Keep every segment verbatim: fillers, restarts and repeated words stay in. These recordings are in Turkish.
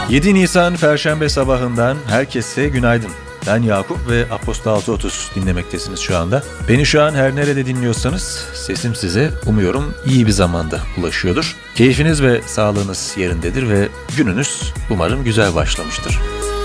yedi Nisan Perşembe sabahından herkese günaydın. Ben Yakup ve Apostol altı otuz dinlemektesiniz şu anda. Beni şu an her nerede dinliyorsanız sesim size umuyorum iyi bir zamanda ulaşıyordur. Keyfiniz ve sağlığınız yerindedir ve gününüz umarım güzel başlamıştır.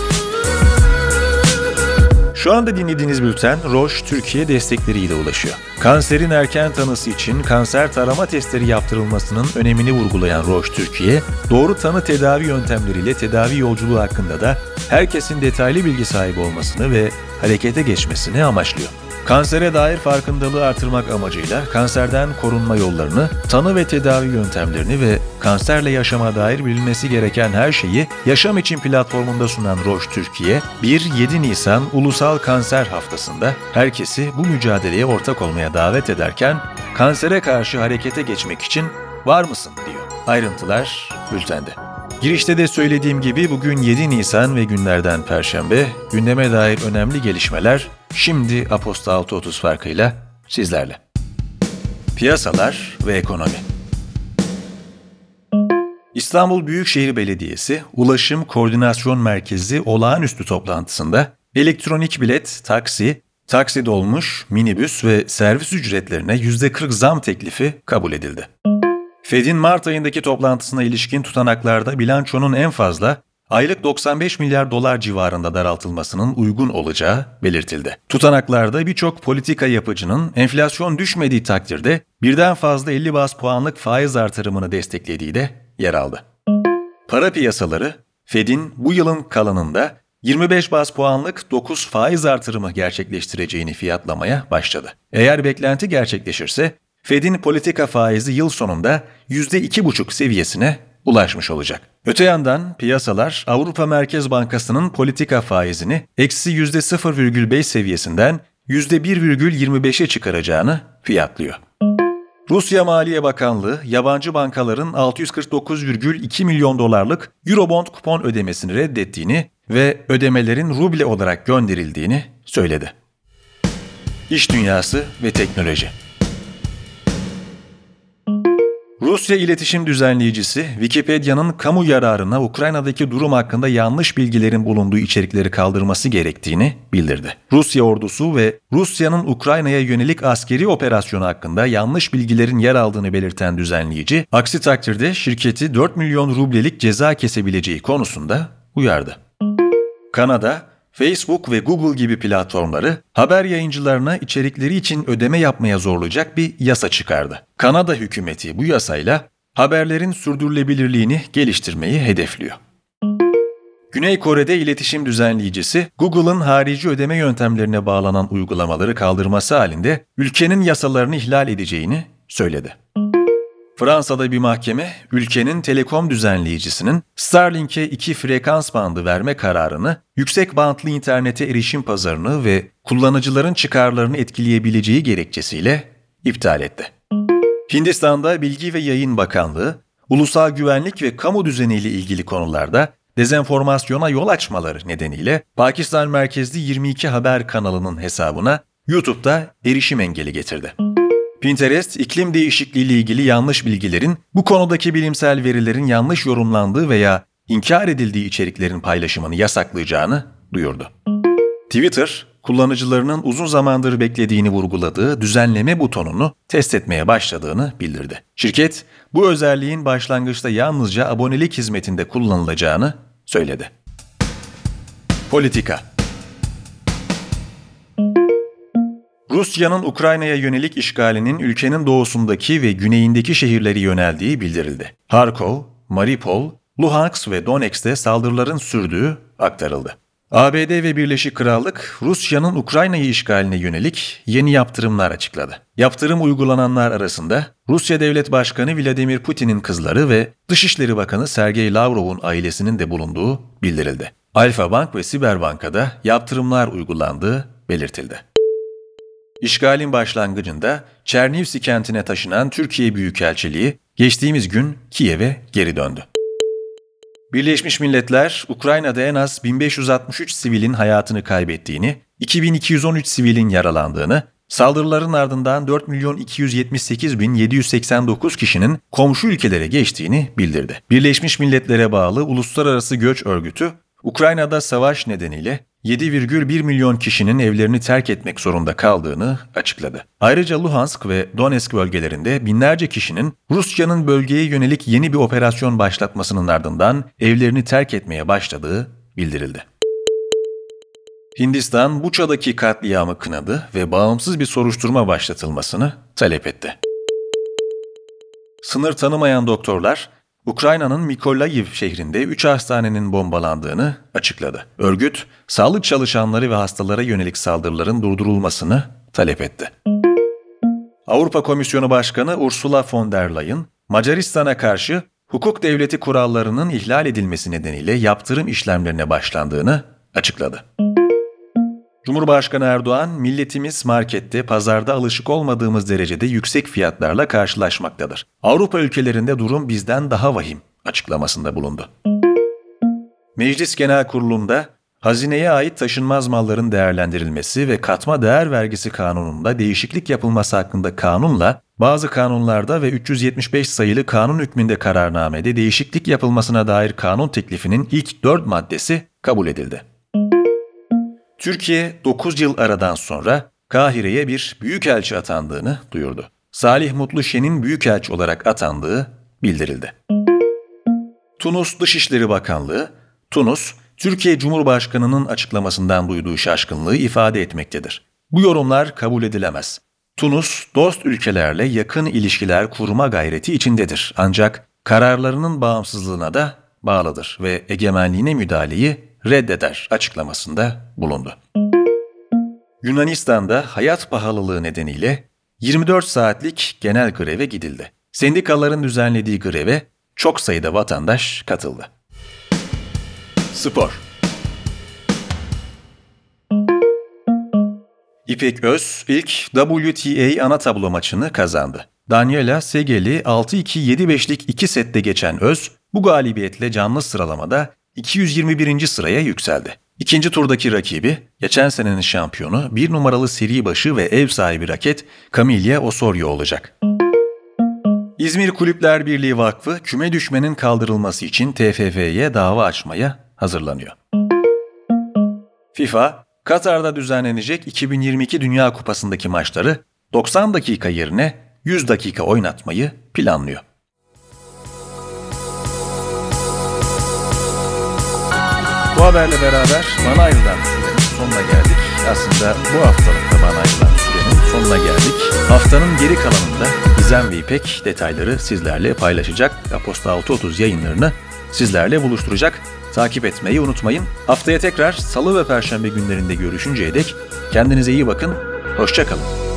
Şu anda dinlediğiniz bülten Roche Türkiye destekleriyle ulaşıyor. Kanserin erken tanısı için kanser tarama testleri yaptırılmasının önemini vurgulayan Roche Türkiye, doğru tanı tedavi yöntemleriyle tedavi yolculuğu hakkında da herkesin detaylı bilgi sahibi olmasını ve harekete geçmesini amaçlıyor. Kansere dair farkındalığı artırmak amacıyla kanserden korunma yollarını, tanı ve tedavi yöntemlerini ve kanserle yaşama dair bilinmesi gereken her şeyi Yaşam İçin platformunda sunan Roche Türkiye, bir yedi Nisan Ulusal Kanser Haftası'nda herkesi bu mücadeleye ortak olmaya davet ederken kansere karşı harekete geçmek için var mısın diyor. Ayrıntılar bültende. Girişte de söylediğim gibi bugün yedi Nisan ve günlerden Perşembe, gündeme dair önemli gelişmeler şimdi Apostol altı otuz farkıyla sizlerle. Piyasalar ve ekonomi. İstanbul Büyükşehir Belediyesi Ulaşım Koordinasyon Merkezi olağanüstü toplantısında elektronik bilet, taksi, taksi dolmuş, minibüs ve servis ücretlerine yüzde kırk zam teklifi kabul edildi. Fed'in Mart ayındaki toplantısına ilişkin tutanaklarda bilançonun en fazla aylık doksan beş milyar dolar civarında daraltılmasının uygun olacağı belirtildi. Tutanaklarda birçok politika yapıcının enflasyon düşmediği takdirde birden fazla elli baz puanlık faiz artırımını desteklediği de yer aldı. Para piyasaları, Fed'in bu yılın kalanında yirmi beş baz puanlık dokuz faiz artırımı gerçekleştireceğini fiyatlamaya başladı. Eğer beklenti gerçekleşirse, Fed'in politika faizi yıl sonunda yüzde iki virgül beş seviyesine ulaşmış olacak. Öte yandan piyasalar Avrupa Merkez Bankası'nın politika faizini eksi yüzde sıfır virgül beş seviyesinden yüzde bir virgül yirmi beşe çıkaracağını fiyatlıyor. Rusya Maliye Bakanlığı, yabancı bankaların altı yüz kırk dokuz virgül iki milyon dolarlık Eurobond kupon ödemesini reddettiğini ve ödemelerin ruble olarak gönderildiğini söyledi. İş dünyası ve teknoloji. Rusya İletişim Düzenleyicisi, Wikipedia'nın kamu yararına Ukrayna'daki durum hakkında yanlış bilgilerin bulunduğu içerikleri kaldırması gerektiğini bildirdi. Rusya ordusu ve Rusya'nın Ukrayna'ya yönelik askeri operasyonu hakkında yanlış bilgilerin yer aldığını belirten düzenleyici, aksi takdirde şirketi dört milyon rublelik ceza kesebileceği konusunda uyardı. Kanada, Facebook ve Google gibi platformları haber yayıncılarına içerikleri için ödeme yapmaya zorlayacak bir yasa çıkardı. Kanada hükümeti bu yasayla haberlerin sürdürülebilirliğini geliştirmeyi hedefliyor. Güney Kore'de iletişim düzenleyicisi, Google'ın harici ödeme yöntemlerine bağlanan uygulamaları kaldırması halinde ülkenin yasalarını ihlal edeceğini söyledi. Fransa'da bir mahkeme, ülkenin telekom düzenleyicisinin Starlink'e iki frekans bandı verme kararını, yüksek bantlı internete erişim pazarını ve kullanıcıların çıkarlarını etkileyebileceği gerekçesiyle iptal etti. Hindistan'da Bilgi ve Yayın Bakanlığı, ulusal güvenlik ve kamu düzeniyle ilgili konularda dezenformasyona yol açmaları nedeniyle Pakistan merkezli yirmi iki haber kanalının hesabına YouTube'da erişim engeli getirdi. Pinterest, iklim değişikliği ile ilgili yanlış bilgilerin, bu konudaki bilimsel verilerin yanlış yorumlandığı veya inkar edildiği içeriklerin paylaşımını yasaklayacağını duyurdu. Twitter, kullanıcılarının uzun zamandır beklediğini vurguladığı düzenleme butonunu test etmeye başladığını bildirdi. Şirket, bu özelliğin başlangıçta yalnızca abonelik hizmetinde kullanılacağını söyledi. Politika. Rusya'nın Ukrayna'ya yönelik işgalinin ülkenin doğusundaki ve güneyindeki şehirleri yöneldiği bildirildi. Harkov, Mariupol, Luhansk ve Donetsk'te saldırıların sürdüğü aktarıldı. A B D ve Birleşik Krallık, Rusya'nın Ukrayna'yı işgaline yönelik yeni yaptırımlar açıkladı. Yaptırım uygulananlar arasında Rusya Devlet Başkanı Vladimir Putin'in kızları ve Dışişleri Bakanı Sergey Lavrov'un ailesinin de bulunduğu bildirildi. Alfa Bank ve Siberbanka'da yaptırımlar uygulandığı belirtildi. İşgalin başlangıcında Çernivtsi kentine taşınan Türkiye Büyükelçiliği geçtiğimiz gün Kiev'e geri döndü. Birleşmiş Milletler, Ukrayna'da en az bin beş yüz altmış üç sivilin hayatını kaybettiğini, iki bin iki yüz on üç sivilin yaralandığını, Saldırıların ardından dört milyon iki yüz yetmiş sekiz bin yedi yüz seksen dokuz kişinin komşu ülkelere geçtiğini bildirdi. Birleşmiş Milletler'e bağlı Uluslararası Göç Örgütü, Ukrayna'da savaş nedeniyle yedi virgül bir milyon kişinin evlerini terk etmek zorunda kaldığını açıkladı. Ayrıca Luhansk ve Donetsk bölgelerinde binlerce kişinin Rusya'nın bölgeye yönelik yeni bir operasyon başlatmasının ardından evlerini terk etmeye başladığı bildirildi. Hindistan, Buça'daki katliamı kınadı ve bağımsız bir soruşturma başlatılmasını talep etti. Sınır tanımayan doktorlar, Ukrayna'nın Mykolaiv şehrinde üç hastanenin bombalandığını açıkladı. Örgüt, sağlık çalışanları ve hastalara yönelik saldırıların durdurulmasını talep etti. Avrupa Komisyonu Başkanı Ursula von der Leyen, Macaristan'a karşı hukuk devleti kurallarının ihlal edilmesi nedeniyle yaptırım işlemlerine başlandığını açıkladı. Cumhurbaşkanı Erdoğan, milletimiz markette, pazarda alışık olmadığımız derecede yüksek fiyatlarla karşılaşmaktadır. Avrupa ülkelerinde durum bizden daha vahim açıklamasında bulundu. Meclis Genel Kurulu'nda hazineye ait taşınmaz malların değerlendirilmesi ve katma değer vergisi kanununda değişiklik yapılması hakkında kanunla bazı kanunlarda ve üç yüz yetmiş beş sayılı kanun hükmünde kararnamede değişiklik yapılmasına dair kanun teklifinin ilk dört maddesi kabul edildi. Türkiye dokuz yıl aradan sonra Kahire'ye bir büyükelçi atandığını duyurdu. Salih Mutlu Şen'in büyükelçi olarak atandığı bildirildi. Tunus Dışişleri Bakanlığı, Tunus, Türkiye Cumhurbaşkanı'nın açıklamasından duyduğu şaşkınlığı ifade etmektedir. Bu yorumlar kabul edilemez. Tunus, dost ülkelerle yakın ilişkiler kurma gayreti içindedir. Ancak kararlarının bağımsızlığına da bağlıdır ve egemenliğine müdahaleyi reddeder açıklamasında bulundu. Yunanistan'da hayat pahalılığı nedeniyle yirmi dört saatlik genel greve gidildi. Sendikaların düzenlediği greve çok sayıda vatandaş katıldı. Spor. İpek Öz ilk W T A ana tablo maçını kazandı. Daniela Segel'i altı iki yedi beşlik iki sette geçen Öz, bu galibiyetle canlı sıralamada iki yüz yirmi birinci sıraya yükseldi. İkinci turdaki rakibi, geçen senenin şampiyonu, bir numaralı seri başı ve ev sahibi raket Camilla Osorio olacak. İzmir Kulüpler Birliği Vakfı, küme düşmenin kaldırılması için T F F'ye dava açmaya hazırlanıyor. FIFA, Katar'da düzenlenecek iki bin yirmi iki Dünya Kupası'ndaki maçları doksan dakika yerine yüz dakika oynatmayı planlıyor. Bu haberle beraber bana ayrılan sürenin sonuna geldik. Aslında bu haftalık da bana ayrılan sürenin sonuna geldik. Haftanın geri kalanında Gizem ve İpek detayları sizlerle paylaşacak. Aposta altı otuz yayınlarını sizlerle buluşturacak. Takip etmeyi unutmayın. Haftaya tekrar Salı ve Perşembe günlerinde görüşünceye dek kendinize iyi bakın. Hoşça kalın.